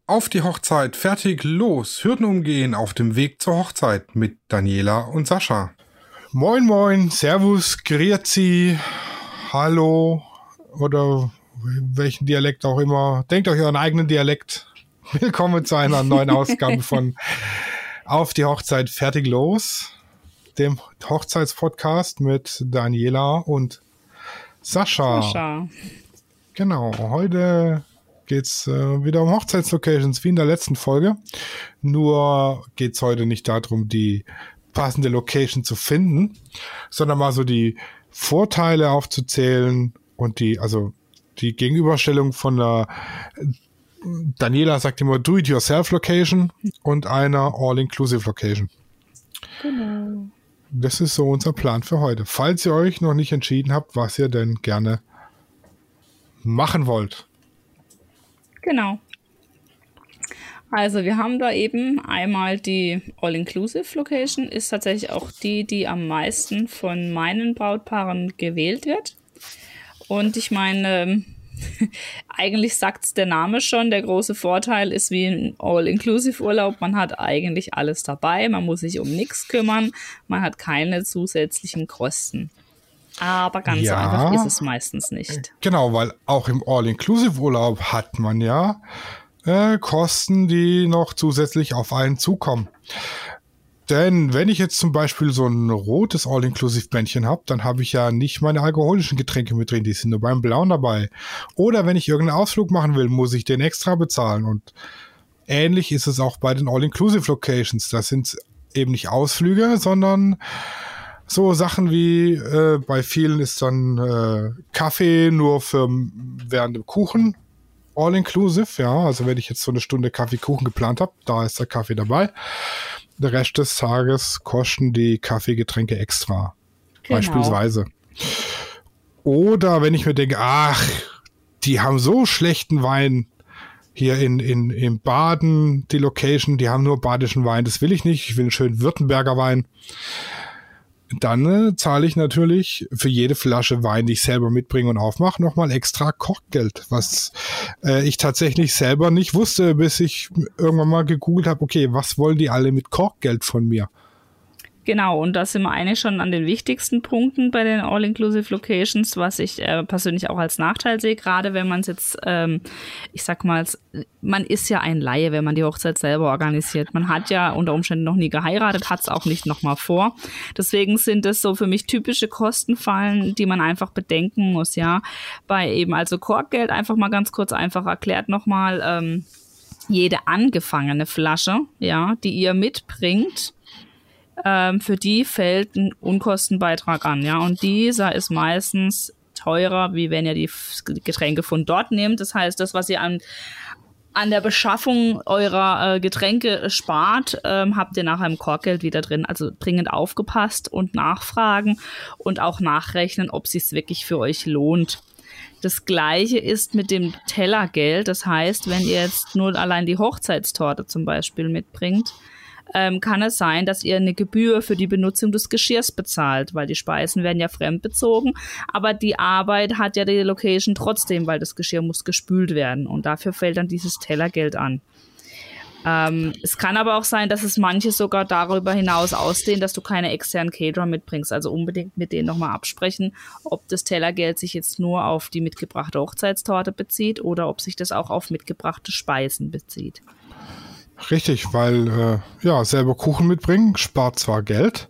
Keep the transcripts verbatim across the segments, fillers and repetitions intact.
Auf die Hochzeit, fertig, los, Hürden umgehen auf dem Weg zur Hochzeit mit Daniela und Sascha. Moin moin, servus, grüezi, hallo oder welchen Dialekt auch immer. Denkt euch euren eigenen Dialekt. Willkommen zu einer neuen Ausgabe von Auf die Hochzeit, fertig, los, dem Hochzeitspodcast mit Daniela und Sascha. Sascha. Genau, heute geht's äh, wieder um Hochzeitslocations, wie in der letzten Folge. Nur geht's heute nicht darum, die passende Location zu finden, sondern mal so die Vorteile aufzuzählen und die, also die Gegenüberstellung von der Daniela sagt immer Do-it-yourself-Location und einer All-inclusive-Location. Genau. Das ist so unser Plan für heute. Falls ihr euch noch nicht entschieden habt, was ihr denn gerne machen wollt. Genau. Also wir haben da eben einmal die All-Inclusive-Location, ist tatsächlich auch die, die am meisten von meinen Brautpaaren gewählt wird. Und ich meine, eigentlich sagt es der Name schon, der große Vorteil ist wie ein All-Inclusive-Urlaub, man hat eigentlich alles dabei, man muss sich um nichts kümmern, man hat keine zusätzlichen Kosten. Aber ganz ja, so einfach ist es meistens nicht. Genau, weil auch im All-Inclusive-Urlaub hat man ja äh, Kosten, die noch zusätzlich auf einen zukommen. Denn wenn ich jetzt zum Beispiel so ein rotes All-Inclusive-Bändchen habe, dann habe ich ja nicht meine alkoholischen Getränke mit drin, die sind nur beim Blauen dabei. Oder wenn ich irgendeinen Ausflug machen will, muss ich den extra bezahlen. Und ähnlich ist es auch bei den All-Inclusive-Locations. Das sind eben nicht Ausflüge, sondern so Sachen wie, äh, bei vielen ist dann äh, Kaffee nur für während dem Kuchen all-inclusive, ja, also wenn ich jetzt so eine Stunde Kaffee-Kuchen geplant habe, da ist der Kaffee dabei. Der Rest des Tages kosten die Kaffeegetränke extra, genau. Beispielsweise. Oder wenn ich mir denke, ach, die haben so schlechten Wein hier in, in, in Baden, die Location, die haben nur badischen Wein, das will ich nicht, ich will einen schönen Württemberger Wein. Dann äh, zahle ich natürlich für jede Flasche Wein, die ich selber mitbringe und aufmache, nochmal extra Korkgeld, was äh, ich tatsächlich selber nicht wusste, bis ich irgendwann mal gegoogelt habe, okay, was wollen die alle mit Korkgeld von mir? Genau, und da sind wir eigentlich schon an den wichtigsten Punkten bei den All-Inclusive-Locations, was ich äh, persönlich auch als Nachteil sehe, gerade wenn man es jetzt, ähm, ich sag mal, man ist ja ein Laie, wenn man die Hochzeit selber organisiert. Man hat ja unter Umständen noch nie geheiratet, hat es auch nicht nochmal vor. Deswegen sind das so für mich typische Kostenfallen, die man einfach bedenken muss, ja. Bei eben also Korkgeld, einfach mal ganz kurz einfach erklärt nochmal, ähm, jede angefangene Flasche, ja, die ihr mitbringt, Ähm, für die fällt ein Unkostenbeitrag an, ja, und dieser ist meistens teurer, wie wenn ihr die Getränke von dort nehmt. Das heißt, das, was ihr an, an der Beschaffung eurer äh, Getränke spart, ähm, habt ihr nachher im Korkgeld wieder drin. Also dringend aufgepasst und nachfragen und auch nachrechnen, ob es sich wirklich für euch lohnt. Das Gleiche ist mit dem Tellergeld. Das heißt, wenn ihr jetzt nur allein die Hochzeitstorte zum Beispiel mitbringt, Ähm, kann es sein, dass ihr eine Gebühr für die Benutzung des Geschirrs bezahlt, weil die Speisen werden ja fremdbezogen, aber die Arbeit hat ja die Location trotzdem, weil das Geschirr muss gespült werden und dafür fällt dann dieses Tellergeld an. Ähm, es kann aber auch sein, dass es manche sogar darüber hinaus ausdehnen, dass du keine externen Caterer mitbringst, also unbedingt mit denen nochmal absprechen, ob das Tellergeld sich jetzt nur auf die mitgebrachte Hochzeitstorte bezieht oder ob sich das auch auf mitgebrachte Speisen bezieht. Richtig, weil äh, ja, selber Kuchen mitbringen spart zwar Geld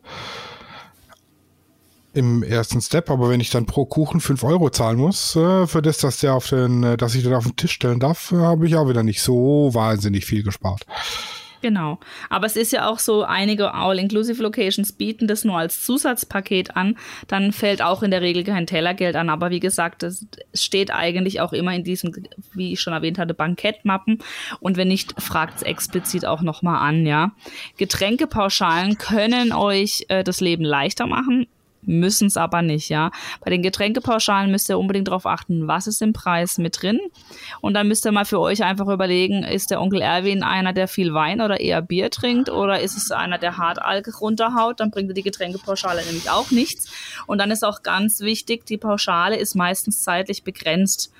im ersten Step, aber wenn ich dann pro Kuchen fünf Euro zahlen muss, äh, für das, dass der auf den, äh, dass ich den auf den Tisch stellen darf, äh, habe ich auch wieder nicht so wahnsinnig viel gespart. Genau, aber es ist ja auch so, einige All-Inclusive-Locations bieten das nur als Zusatzpaket an, dann fällt auch in der Regel kein Tellergeld an, aber wie gesagt, das steht eigentlich auch immer in diesem, wie ich schon erwähnt hatte, Bankettmappen und wenn nicht, fragt es explizit auch nochmal an, ja. Getränkepauschalen können euch äh, das Leben leichter machen, müssen es aber nicht, ja. Bei den Getränkepauschalen müsst ihr unbedingt darauf achten, was ist im Preis mit drin. Und dann müsst ihr mal für euch einfach überlegen, ist der Onkel Erwin einer, der viel Wein oder eher Bier trinkt, oder ist es einer, der hart Alk runterhaut, dann bringt ihr die Getränkepauschale nämlich auch nichts. Und dann ist auch ganz wichtig, die Pauschale ist meistens zeitlich begrenzt.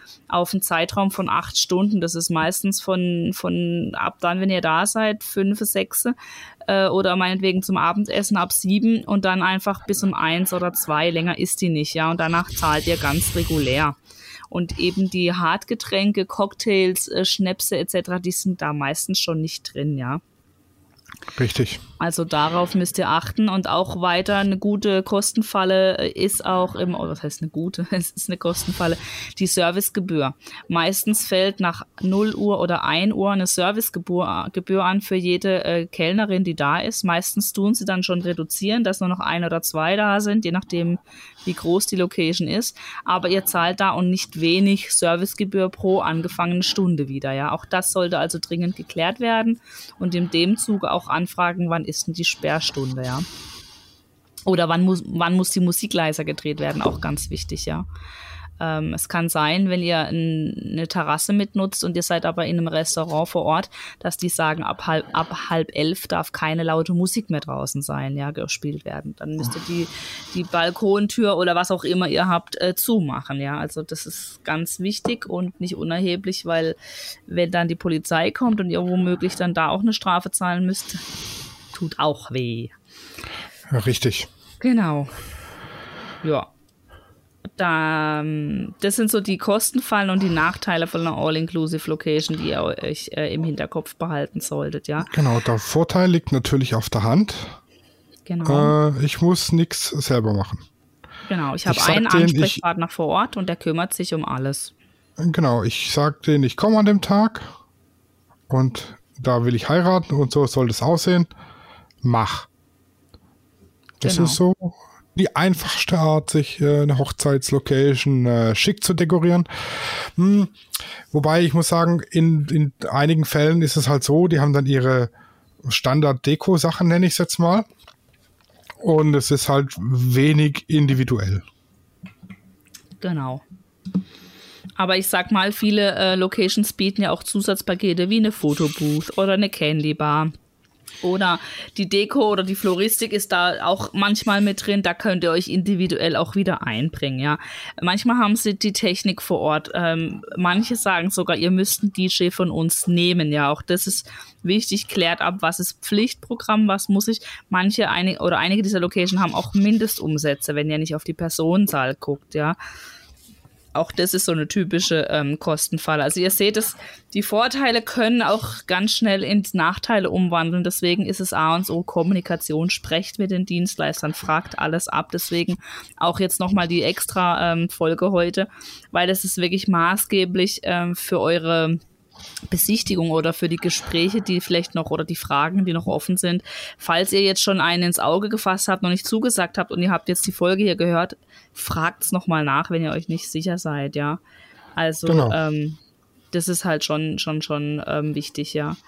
auf einen Zeitraum von acht Stunden. Das ist meistens von, von ab dann, wenn ihr da seid, fünf, sechs äh, oder meinetwegen zum Abendessen ab sieben und dann einfach bis um eins oder zwei. Länger ist die nicht, ja. Und danach zahlt ihr ganz regulär. Und eben die Hartgetränke, Cocktails, äh, Schnäpse et cetera, die sind da meistens schon nicht drin, ja. Richtig. Also darauf müsst ihr achten und auch weiter eine gute Kostenfalle ist auch im, oh, was heißt eine gute? Es ist eine Kostenfalle, die Servicegebühr. Meistens fällt nach null Uhr oder ein Uhr eine Servicegebühr Gebühr an für jede äh, Kellnerin, die da ist. Meistens tun sie dann schon reduzieren, dass nur noch ein oder zwei da sind, je nachdem, wie groß die Location ist. Aber ihr zahlt da und nicht wenig Servicegebühr pro angefangene Stunde wieder. Ja, auch das sollte also dringend geklärt werden und in dem Zuge auch anfragen, wann ist denn die Sperrstunde, ja. Oder wann muss, wann muss die Musik leiser gedreht werden, auch ganz wichtig, ja. Ähm, es kann sein, wenn ihr ein, eine Terrasse mitnutzt und ihr seid aber in einem Restaurant vor Ort, dass die sagen, ab halb, ab halb elf darf keine laute Musik mehr draußen sein, ja, gespielt werden. Dann müsst ihr die, die Balkontür oder was auch immer ihr habt, äh, zumachen, ja. Also das ist ganz wichtig und nicht unerheblich, weil wenn dann die Polizei kommt und ihr womöglich dann da auch eine Strafe zahlen müsst, tut auch weh. Ja, richtig. Genau. Ja. Da, das sind so die Kostenfallen und die Nachteile von einer All-Inclusive-Location, die ihr euch äh, im Hinterkopf behalten solltet, ja. Genau, der Vorteil liegt natürlich auf der Hand. Genau. Äh, ich muss nichts selber machen. Genau, ich habe Ich sag einen denen, Ansprechpartner vor Ort und der kümmert sich um alles. Genau, ich sage denen, ich komme an dem Tag und da will ich heiraten und so soll das aussehen. Mach. Das Genau. ist so die einfachste Art, sich äh, eine Hochzeitslocation äh, schick zu dekorieren. Hm. Wobei ich muss sagen, in, in einigen Fällen ist es halt so, die haben dann ihre Standard-Deko-Sachen, nenne ich es jetzt mal. Und es ist halt wenig individuell. Genau. Aber ich sag mal, viele äh, Locations bieten ja auch Zusatzpakete wie eine Fotobooth oder eine Candy Bar. Oder die Deko oder die Floristik ist da auch manchmal mit drin. Da könnt ihr euch individuell auch wieder einbringen, ja. Manchmal haben sie die Technik vor Ort. Ähm, manche sagen sogar, ihr müsst einen D J von uns nehmen, ja. Auch das ist wichtig. Klärt ab, was ist Pflichtprogramm, was muss ich. Manche einige, oder einige dieser Locations haben auch Mindestumsätze, wenn ihr nicht auf die Personenzahl guckt, ja. Auch das ist so eine typische ähm, Kostenfalle. Also ihr seht es, die Vorteile können auch ganz schnell in Nachteile umwandeln. Deswegen ist es A und O Kommunikation. Sprecht mit den Dienstleistern, fragt alles ab. Deswegen auch jetzt nochmal die extra ähm, Folge heute, weil das ist wirklich maßgeblich ähm, für eure Besichtigung oder für die Gespräche, die vielleicht noch oder die Fragen, die noch offen sind. Falls ihr jetzt schon einen ins Auge gefasst habt, noch nicht zugesagt habt und ihr habt jetzt die Folge hier gehört, fragt es nochmal nach, wenn ihr euch nicht sicher seid, ja. Also Genau. ähm, das ist halt schon, schon, schon ähm, wichtig, ja.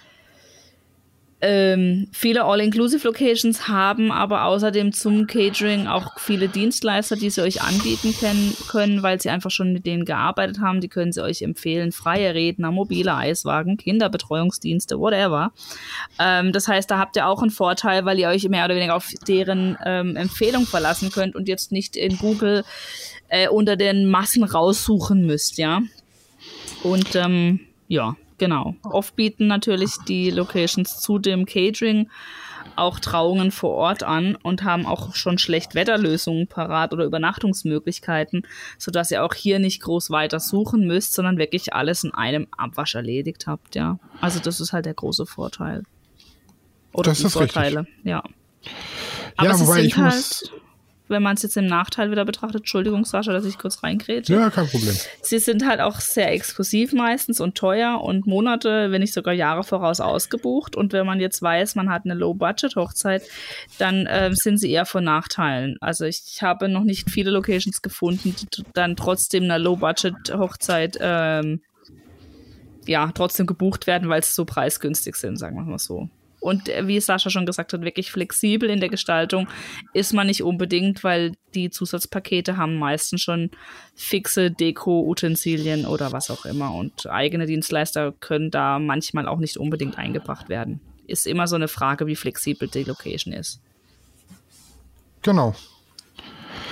Ähm, viele All-Inclusive-Locations haben aber außerdem zum Catering auch viele Dienstleister, die sie euch anbieten können, können, weil sie einfach schon mit denen gearbeitet haben. Die können sie euch empfehlen. Freie Redner, mobile Eiswagen, Kinderbetreuungsdienste, whatever. Ähm, das heißt, da habt ihr auch einen Vorteil, weil ihr euch mehr oder weniger auf deren ähm, Empfehlung verlassen könnt und jetzt nicht in Google äh, unter den Massen raussuchen müsst, ja. Und ähm, ja, genau. Oft bieten natürlich die Locations zu dem Catering auch Trauungen vor Ort an und haben auch schon Schlechtwetterlösungen parat oder Übernachtungsmöglichkeiten, sodass ihr auch hier nicht groß weiter suchen müsst, sondern wirklich alles in einem Abwasch erledigt habt, ja. Also das ist halt der große Vorteil. Oder Das die ist Vorteile, richtig. ja. Aber Ja, sie wobei sind ich halt, muss... wenn man es jetzt im Nachteil wieder betrachtet, Entschuldigung, Sascha, dass ich kurz reingrätsche. Ja, kein Problem. Sie sind halt auch sehr exklusiv meistens und teuer und Monate, wenn nicht sogar Jahre voraus ausgebucht. Und wenn man jetzt weiß, man hat eine Low-Budget-Hochzeit, dann äh, sind sie eher von Nachteilen. Also ich habe noch nicht viele Locations gefunden, die dann trotzdem eine Low-Budget-Hochzeit ähm, ja, trotzdem gebucht werden, weil sie so preisgünstig sind, sagen wir mal so. Und wie Sascha schon gesagt hat, wirklich flexibel in der Gestaltung ist man nicht unbedingt, weil die Zusatzpakete haben meistens schon fixe Deko-Utensilien oder was auch immer. Und eigene Dienstleister können da manchmal auch nicht unbedingt eingebracht werden. Ist immer so eine Frage, wie flexibel die Location ist. Genau.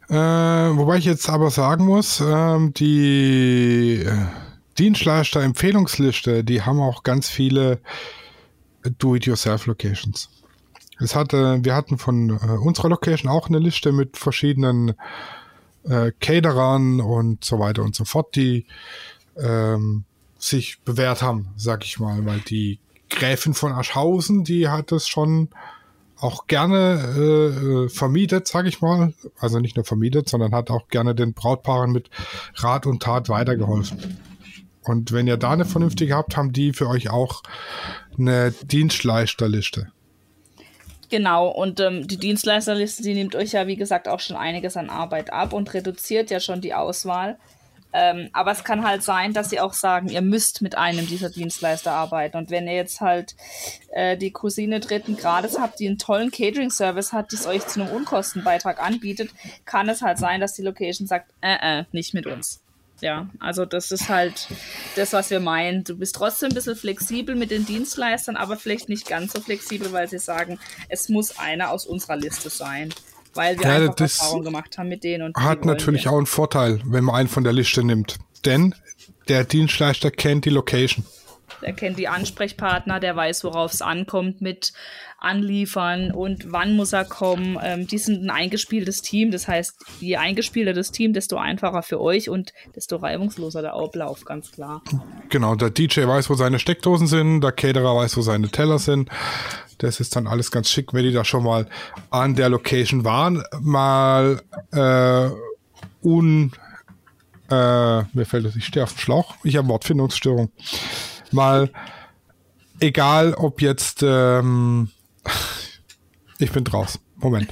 Äh, wobei ich jetzt aber sagen muss, ähm, die Dienstleister-Empfehlungsliste, die haben auch ganz viele Do-it-yourself-Locations. Es hatte, wir hatten von äh, unserer Location auch eine Liste mit verschiedenen äh, Caterern und so weiter und so fort, die ähm, sich bewährt haben, sag ich mal, weil die Gräfin von Aschhausen, die hat es schon auch gerne äh, vermietet, sag ich mal. Also nicht nur vermietet, sondern hat auch gerne den Brautpaaren mit Rat und Tat weitergeholfen. Und wenn ihr da eine vernünftige habt, haben die für euch auch eine Dienstleisterliste. Genau, und ähm, die Dienstleisterliste, die nimmt euch ja, wie gesagt, auch schon einiges an Arbeit ab und reduziert ja schon die Auswahl. Ähm, aber es kann halt sein, dass sie auch sagen, ihr müsst mit einem dieser Dienstleister arbeiten. Und wenn ihr jetzt halt äh, die Cousine dritten Grades habt, die einen tollen Catering-Service hat, die es euch zu einem Unkostenbeitrag anbietet, kann es halt sein, dass die Location sagt, äh, äh, nicht mit uns. Ja, also das ist halt das, was wir meinen. Du bist trotzdem ein bisschen flexibel mit den Dienstleistern, aber vielleicht nicht ganz so flexibel, weil sie sagen, es muss einer aus unserer Liste sein. Weil wir ja, einfach Erfahrung gemacht haben mit denen. Und hat natürlich wir. auch einen Vorteil, wenn man einen von der Liste nimmt. Denn der Dienstleister kennt die Location. Der kennt die Ansprechpartner, der weiß, worauf es ankommt mit Anliefern und wann muss er kommen. Ähm, die sind ein eingespieltes Team. Das heißt, je eingespielter das Team, desto einfacher für euch und desto reibungsloser der Ablauf, ganz klar. Genau, der D J weiß, wo seine Steckdosen sind, der Caterer weiß, wo seine Teller sind. Das ist dann alles ganz schick, wenn die da schon mal an der Location waren. Mal äh, un... Äh, mir fällt das, ich stehe auf dem Schlauch. Ich habe Wortfindungsstörung. Mal egal, ob jetzt ähm, ich bin draus. Moment.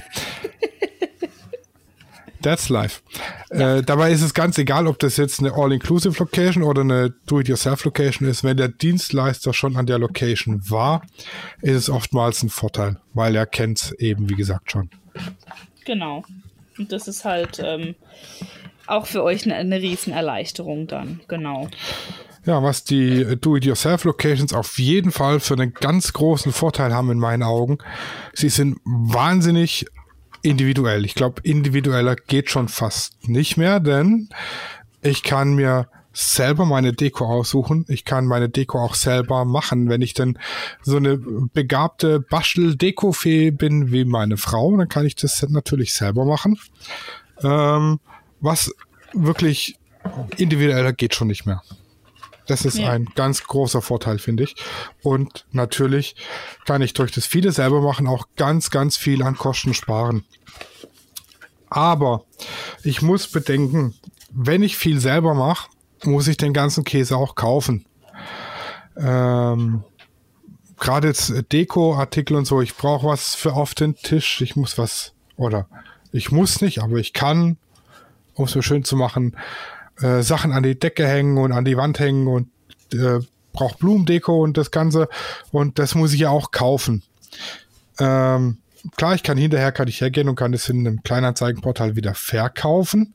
That's life. Ja. Äh, dabei ist es ganz egal, ob das jetzt eine All-Inclusive-Location oder eine Do-it-yourself-Location ist. Wenn der Dienstleister schon an der Location war, ist es oftmals ein Vorteil, weil er kennt es eben, wie gesagt, schon. Genau. Und das ist halt ähm, auch für euch eine, eine Riesenerleichterung dann. Genau. Ja, was die Do-it-yourself-Locations auf jeden Fall für einen ganz großen Vorteil haben in meinen Augen, sie sind wahnsinnig individuell. Ich glaube, individueller geht schon fast nicht mehr, denn ich kann mir selber meine Deko aussuchen. Ich kann meine Deko auch selber machen. Wenn ich denn so eine begabte Bastel-Deko-Fee bin wie meine Frau, dann kann ich das natürlich selber machen. Ähm, was wirklich individueller geht schon nicht mehr. Das ist ja ein ganz großer Vorteil, finde ich. Und natürlich kann ich durch das viele selber machen auch ganz, ganz viel an Kosten sparen. Aber ich muss bedenken, wenn ich viel selber mache, muss ich den ganzen Käse auch kaufen. Ähm, gerade jetzt Deko-Artikel und so, ich brauche was für auf den Tisch. Ich muss was, oder ich muss nicht, aber ich kann, um es so schön zu machen, Äh, Sachen an die Decke hängen und an die Wand hängen und äh, braucht Blumendeko und das Ganze und das muss ich ja auch kaufen. Ähm, klar, ich kann hinterher kann ich hergehen und kann das in einem Kleinanzeigenportal wieder verkaufen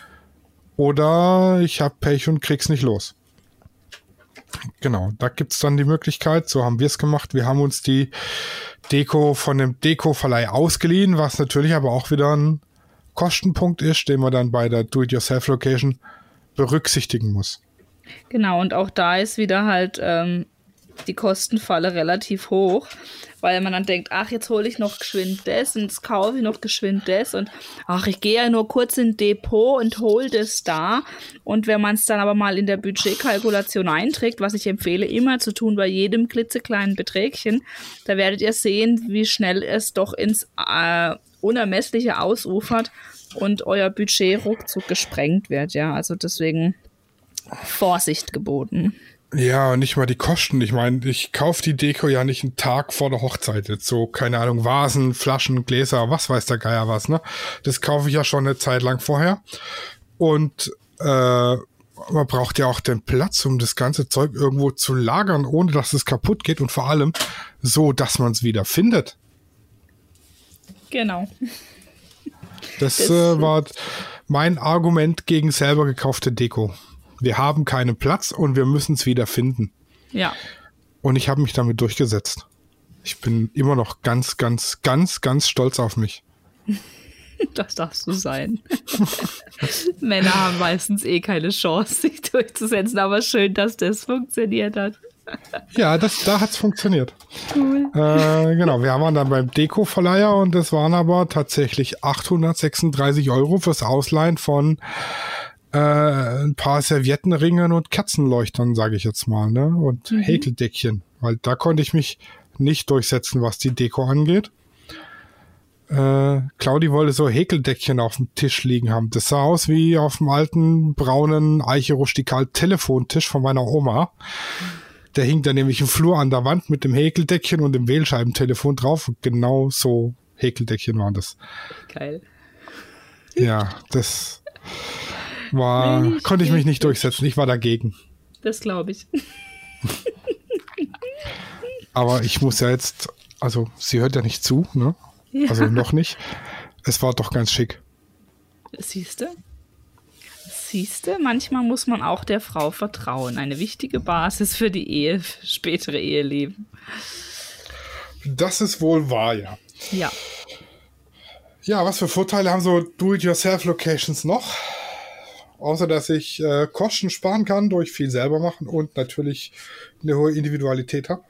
oder ich habe Pech und krieg's nicht los. Genau, da gibt's dann die Möglichkeit, so haben wir es gemacht, wir haben uns die Deko von dem Deko-Verleih ausgeliehen, was natürlich aber auch wieder ein Kostenpunkt ist, den man dann bei der Do-it-yourself-Location berücksichtigen muss. Genau, und auch da ist wieder halt ähm, die Kostenfalle relativ hoch, weil man dann denkt, ach, jetzt hole ich noch geschwind das und jetzt kaufe ich noch geschwind das und ach, ich gehe ja nur kurz in Depot und hole das da. Und wenn man es dann aber mal in der Budgetkalkulation einträgt, was ich empfehle immer zu tun bei jedem klitzekleinen Beträgchen, da werdet ihr sehen, wie schnell es doch ins äh, Unermessliche ausufert und euer Budget ruckzuck gesprengt wird, ja, also deswegen Vorsicht geboten. Ja, nicht mal die Kosten. Ich meine, ich kaufe die Deko ja nicht einen Tag vor der Hochzeit. Jetzt so, keine Ahnung, Vasen, Flaschen, Gläser, was weiß der Geier was, ne? Das kaufe ich ja schon eine Zeit lang vorher. Und äh, man braucht ja auch den Platz, um das ganze Zeug irgendwo zu lagern, ohne dass es kaputt geht und vor allem so, dass man es wieder findet. Genau. Das, das äh, war mein Argument gegen selber gekaufte Deko. Wir haben keinen Platz und wir müssen es wieder finden. Ja. Und ich habe mich damit durchgesetzt. Ich bin immer noch ganz, ganz, ganz, ganz stolz auf mich. Das darfst du sein. Männer haben meistens eh keine Chance, sich durchzusetzen, aber schön, dass das funktioniert hat. Ja, das, da hat es funktioniert. Cool. Äh, genau, wir waren dann beim Deko-Verleiher und das waren aber tatsächlich achthundertsechsunddreißig Euro fürs Ausleihen von äh, ein paar Serviettenringen und Kerzenleuchtern, sage ich jetzt mal, ne? Und mhm. Häkeldeckchen, weil da konnte ich mich nicht durchsetzen, was die Deko angeht. Äh, Claudi wollte so Häkeldeckchen auf dem Tisch liegen haben. Das sah aus wie auf dem alten braunen Eiche-Rustikal-Telefontisch von meiner Oma. Der hing da nämlich im Flur an der Wand mit dem Häkeldeckchen und dem Wählscheibentelefon drauf. Und genau so Häkeldeckchen waren das. Geil. Ja, das war, nee, konnte ich mich nicht durchsetzen. Ich war dagegen. Das glaube ich. Aber ich muss ja jetzt, also sie hört ja nicht zu, ne? Ja. Also noch nicht. Es war doch ganz schick. Siehst du? Siehst du, manchmal muss man auch der Frau vertrauen. Eine wichtige Basis für die Ehe, für spätere Eheleben. Das ist wohl wahr, ja. Ja. Ja, was für Vorteile haben so Do-it-yourself-Locations noch? Außer, dass ich äh, Kosten sparen kann durch viel selber machen und natürlich eine hohe Individualität habe.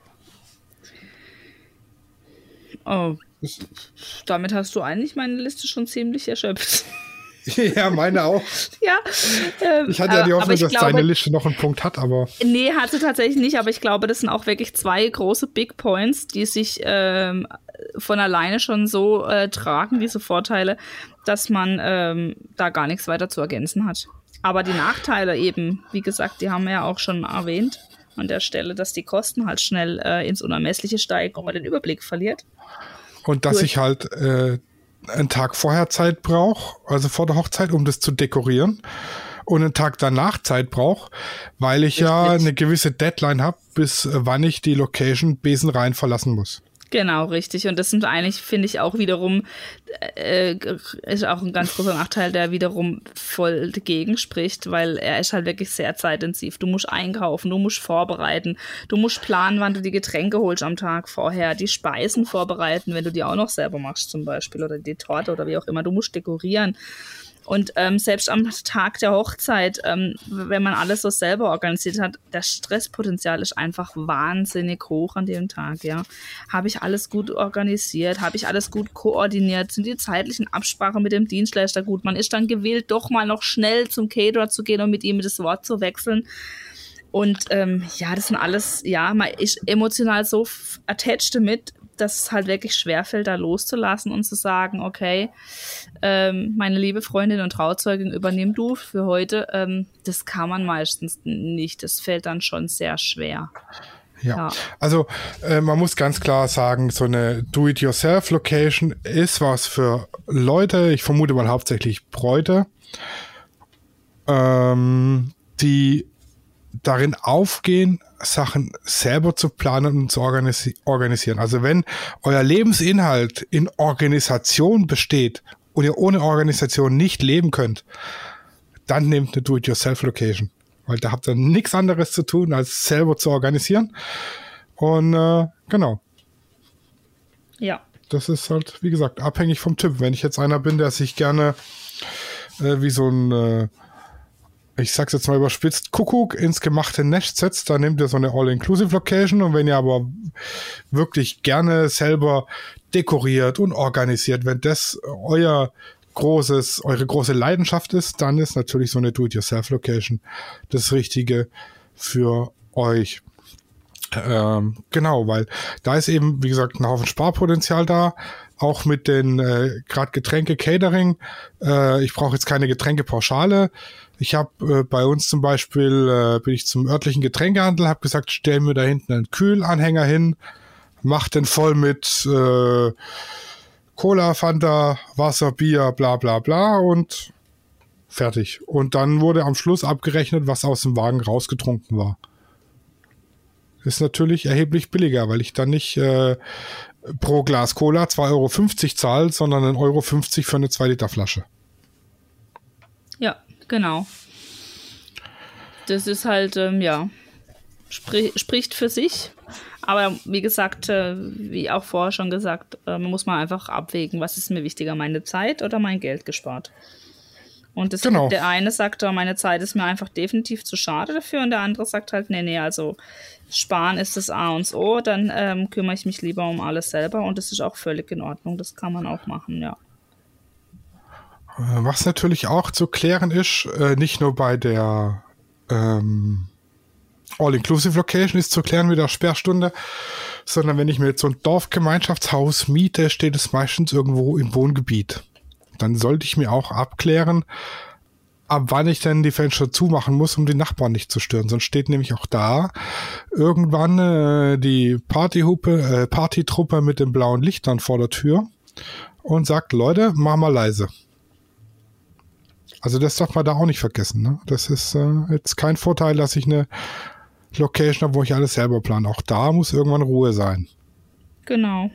Oh, damit hast du eigentlich meine Liste schon ziemlich erschöpft. Ja, meine auch. Ja. Ähm, ich hatte ja die aber, Hoffnung, dass glaube, deine Liste noch einen Punkt hat, aber... Nee, hatte tatsächlich nicht, aber ich glaube, das sind auch wirklich zwei große Big Points, die sich ähm, von alleine schon so äh, tragen, diese Vorteile, dass man ähm, da gar nichts weiter zu ergänzen hat. Aber die Nachteile eben, wie gesagt, die haben wir ja auch schon erwähnt an der Stelle, dass die Kosten halt schnell äh, ins Unermessliche steigen und man den Überblick verliert. Und dass ich halt äh, einen Tag vorher Zeit brauche, also vor der Hochzeit, um das zu dekorieren, und einen Tag danach Zeit brauche, weil ich Richtig. ja eine gewisse Deadline habe, bis äh, wann ich die Location besenrein verlassen muss. Genau, richtig. Und das sind eigentlich, finde ich, auch wiederum, äh, ist auch ein ganz großer Nachteil, der wiederum voll dagegen spricht, weil er ist halt wirklich sehr zeitintensiv. Du musst einkaufen, du musst vorbereiten, du musst planen, wann du die Getränke holst am Tag vorher, die Speisen vorbereiten, wenn du die auch noch selber machst zum Beispiel, oder die Torte oder wie auch immer. Du musst dekorieren. Und ähm, selbst am Tag der Hochzeit, ähm, wenn man alles so selber organisiert hat, das Stresspotenzial ist einfach wahnsinnig hoch an dem Tag, ja. Habe ich alles gut organisiert? Habe ich alles gut koordiniert? Sind die zeitlichen Absprachen mit dem Dienstleister gut? Man ist dann gewillt, doch mal noch schnell zum Caterer zu gehen und mit ihm das Wort zu wechseln. Und ähm, ja, das sind alles, ja, man ist emotional so f- attached damit, dass es halt wirklich schwerfällt, da loszulassen und zu sagen, okay, ähm, meine liebe Freundin und Trauzeugin, übernimm du für heute. Ähm, das kann man meistens nicht. Das fällt dann schon sehr schwer. Ja, ja. also äh, man muss ganz klar sagen, so eine Do-it-yourself-Location ist was für Leute, ich vermute mal hauptsächlich Bräute, ähm, die darin aufgehen, Sachen selber zu planen und zu organisi- organisieren. Also wenn euer Lebensinhalt in Organisation besteht und ihr ohne Organisation nicht leben könnt, dann nehmt eine Do-it-yourself-Location. Weil da habt ihr nichts anderes zu tun, als selber zu organisieren. Und äh, genau. Ja. Das ist halt, wie gesagt, abhängig vom Typ. Wenn ich jetzt einer bin, der sich gerne äh, wie so ein äh, ich sag's jetzt mal überspitzt, Kuckuck ins gemachte Nest setzt, dann nehmt ihr so eine All-Inclusive-Location und wenn ihr aber wirklich gerne selber dekoriert und organisiert, wenn das euer großes, eure große Leidenschaft ist, dann ist natürlich so eine Do-it-yourself-Location das Richtige für euch. Ähm, genau, weil da ist eben, wie gesagt, ein Haufen Sparpotenzial da, auch mit den äh, gerade Getränke Catering. Äh, ich brauche jetzt keine Getränkepauschale. Ich habe äh, bei uns zum Beispiel, äh, bin ich zum örtlichen Getränkehandel, habe gesagt, stell mir da hinten einen Kühlanhänger hin, mach den voll mit äh, Cola, Fanta, Wasser, Bier, bla bla bla und fertig. Und dann wurde am Schluss abgerechnet, was aus dem Wagen rausgetrunken war. Ist natürlich erheblich billiger, weil ich dann nicht äh, pro Glas Cola zwei Euro fünfzig zahle, sondern ein Euro fünfzig für eine zwei Liter Flasche. Ja, genau. Das ist halt, ähm, ja, sprich, spricht für sich. Aber wie gesagt, äh, wie auch vorher schon gesagt, äh, man muss mal einfach abwägen, was ist mir wichtiger, meine Zeit oder mein Geld gespart. Und das, Genau. der eine sagt, oh, meine Zeit ist mir einfach definitiv zu schade dafür und der andere sagt halt, nee, nee, also sparen ist das A und O, dann ähm, kümmere ich mich lieber um alles selber und das ist auch völlig in Ordnung, das kann man auch machen, ja. Was natürlich auch zu klären ist, äh, nicht nur bei der ähm, All-Inclusive-Location ist zu klären mit der Sperrstunde, sondern wenn ich mir jetzt so ein Dorfgemeinschaftshaus miete, steht es meistens irgendwo im Wohngebiet. Dann sollte ich mir auch abklären, ab wann ich denn die Fenster zumachen muss, um die Nachbarn nicht zu stören. Sonst steht nämlich auch da irgendwann äh, die Partyhupe, äh, Partytruppe mit den blauen Lichtern vor der Tür und sagt, Leute, mach mal leise. Also das darf man da auch nicht vergessen. Ne? Das ist äh, jetzt kein Vorteil, dass ich eine Location habe, wo ich alles selber plane. Auch da muss irgendwann Ruhe sein. Genau.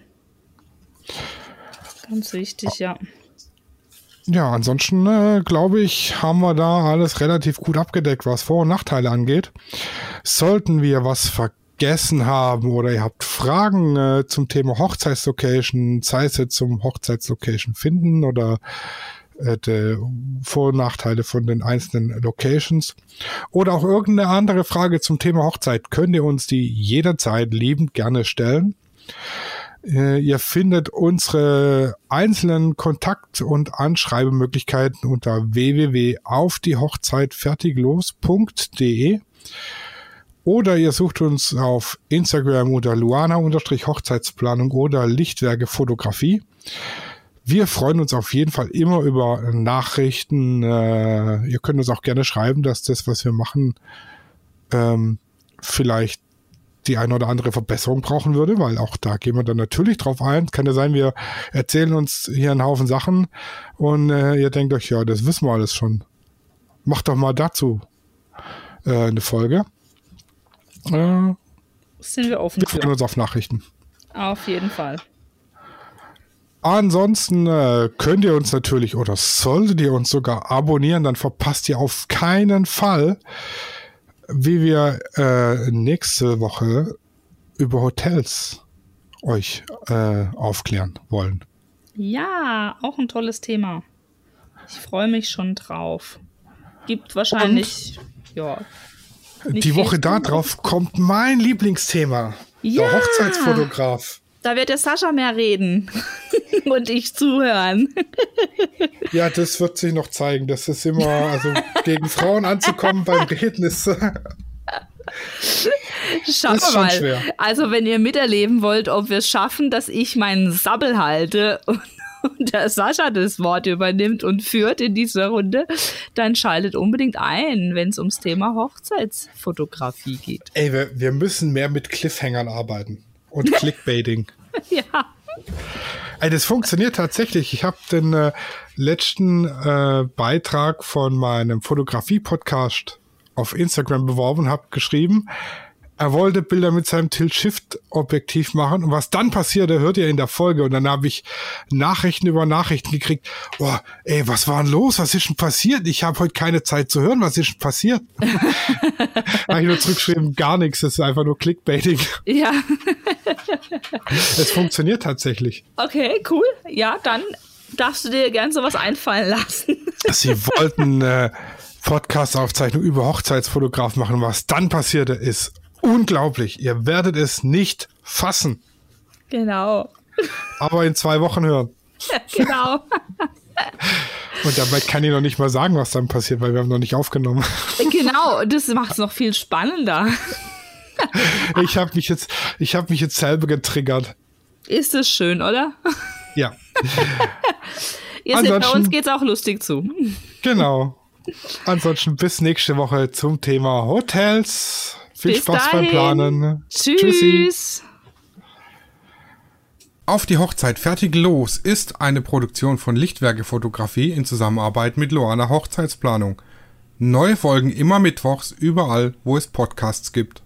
Ganz wichtig, ja. Ja, ansonsten äh, glaube ich, haben wir da alles relativ gut abgedeckt, was Vor- und Nachteile angeht. Sollten wir was vergessen haben oder ihr habt Fragen äh, zum Thema Hochzeitslocation, sei es jetzt zum Hochzeitslocation finden oder äh, die Vor- und Nachteile von den einzelnen Locations oder auch irgendeine andere Frage zum Thema Hochzeit, könnt ihr uns die jederzeit liebend gerne stellen. Ihr findet unsere einzelnen Kontakt- und Anschreibemöglichkeiten unter w w w punkt auf die Hochzeit fertiglos punkt de oder ihr sucht uns auf Instagram unter Luana-Hochzeitsplanung oder Lichtwerke Fotografie. Wir freuen uns auf jeden Fall immer über Nachrichten. Ihr könnt uns auch gerne schreiben, dass das, was wir machen, ähm, vielleicht die eine oder andere Verbesserung brauchen würde, weil auch da gehen wir dann natürlich drauf ein. Kann ja sein, wir erzählen uns hier einen Haufen Sachen und äh, ihr denkt euch, ja, das wissen wir alles schon. Macht doch mal dazu äh, eine Folge. Äh, Sind wir offen wir freuen für. uns auf Nachrichten. Auf jeden Fall. Ansonsten äh, könnt ihr uns natürlich oder solltet ihr uns sogar abonnieren, dann verpasst ihr auf keinen Fall, wie wir äh, nächste Woche über Hotels euch äh, aufklären wollen. Ja, auch ein tolles Thema. Ich freue mich schon drauf. Gibt wahrscheinlich, und ja. Die Woche darauf kommt mein Lieblingsthema. Ja, der Hochzeitsfotograf. Da wird der Sascha mehr reden und ich zuhören. Ja, das wird sich noch zeigen. Das ist immer, also gegen Frauen anzukommen beim Reden ist, Schauen ist wir schon mal. schwer. Also wenn ihr miterleben wollt, ob wir es schaffen, dass ich meinen Sabbel halte und, und der Sascha das Wort übernimmt und führt in dieser Runde, dann schaltet unbedingt ein, wenn es ums Thema Hochzeitsfotografie geht. Ey, wir, wir müssen mehr mit Cliffhangern arbeiten. Und Clickbaiting. Ja. Ey, das funktioniert tatsächlich. Ich habe den äh, letzten äh, Beitrag von meinem Fotografie-Podcast auf Instagram beworben und habe geschrieben, er wollte Bilder mit seinem Tilt-Shift-Objektiv machen. Und was dann passierte, hört ihr in der Folge. Und dann habe ich Nachrichten über Nachrichten gekriegt. Oh, ey, was war denn los? Was ist denn passiert? Ich habe heute keine Zeit zu hören. Was ist denn passiert? Habe ich nur zurückgeschrieben, gar nichts. Das ist einfach nur Clickbaiting. Ja. Es funktioniert tatsächlich. Okay, cool. Ja, dann darfst du dir gern sowas einfallen lassen. Sie wollten äh, Podcast-Aufzeichnung über Hochzeitsfotograf machen. Was dann passierte, ist unglaublich. Ihr werdet es nicht fassen. Genau. Aber in zwei Wochen hören. Genau. Und dabei kann ich noch nicht mal sagen, was dann passiert, weil wir haben noch nicht aufgenommen. Genau, das macht es noch viel spannender. Ich habe mich jetzt, ich habe mich jetzt selber getriggert. Ist das schön, oder? Ja. Ihr seht, bei uns geht's auch lustig zu. Genau. Ansonsten bis nächste Woche zum Thema Hotels. Viel bis Spaß dahin. beim Planen. Tschüss. Tschüssi. Auf die Hochzeit fertig los ist eine Produktion von Lichtwerke Fotografie in Zusammenarbeit mit Luana Hochzeitsplanung. Neue Folgen immer mittwochs überall, wo es Podcasts gibt.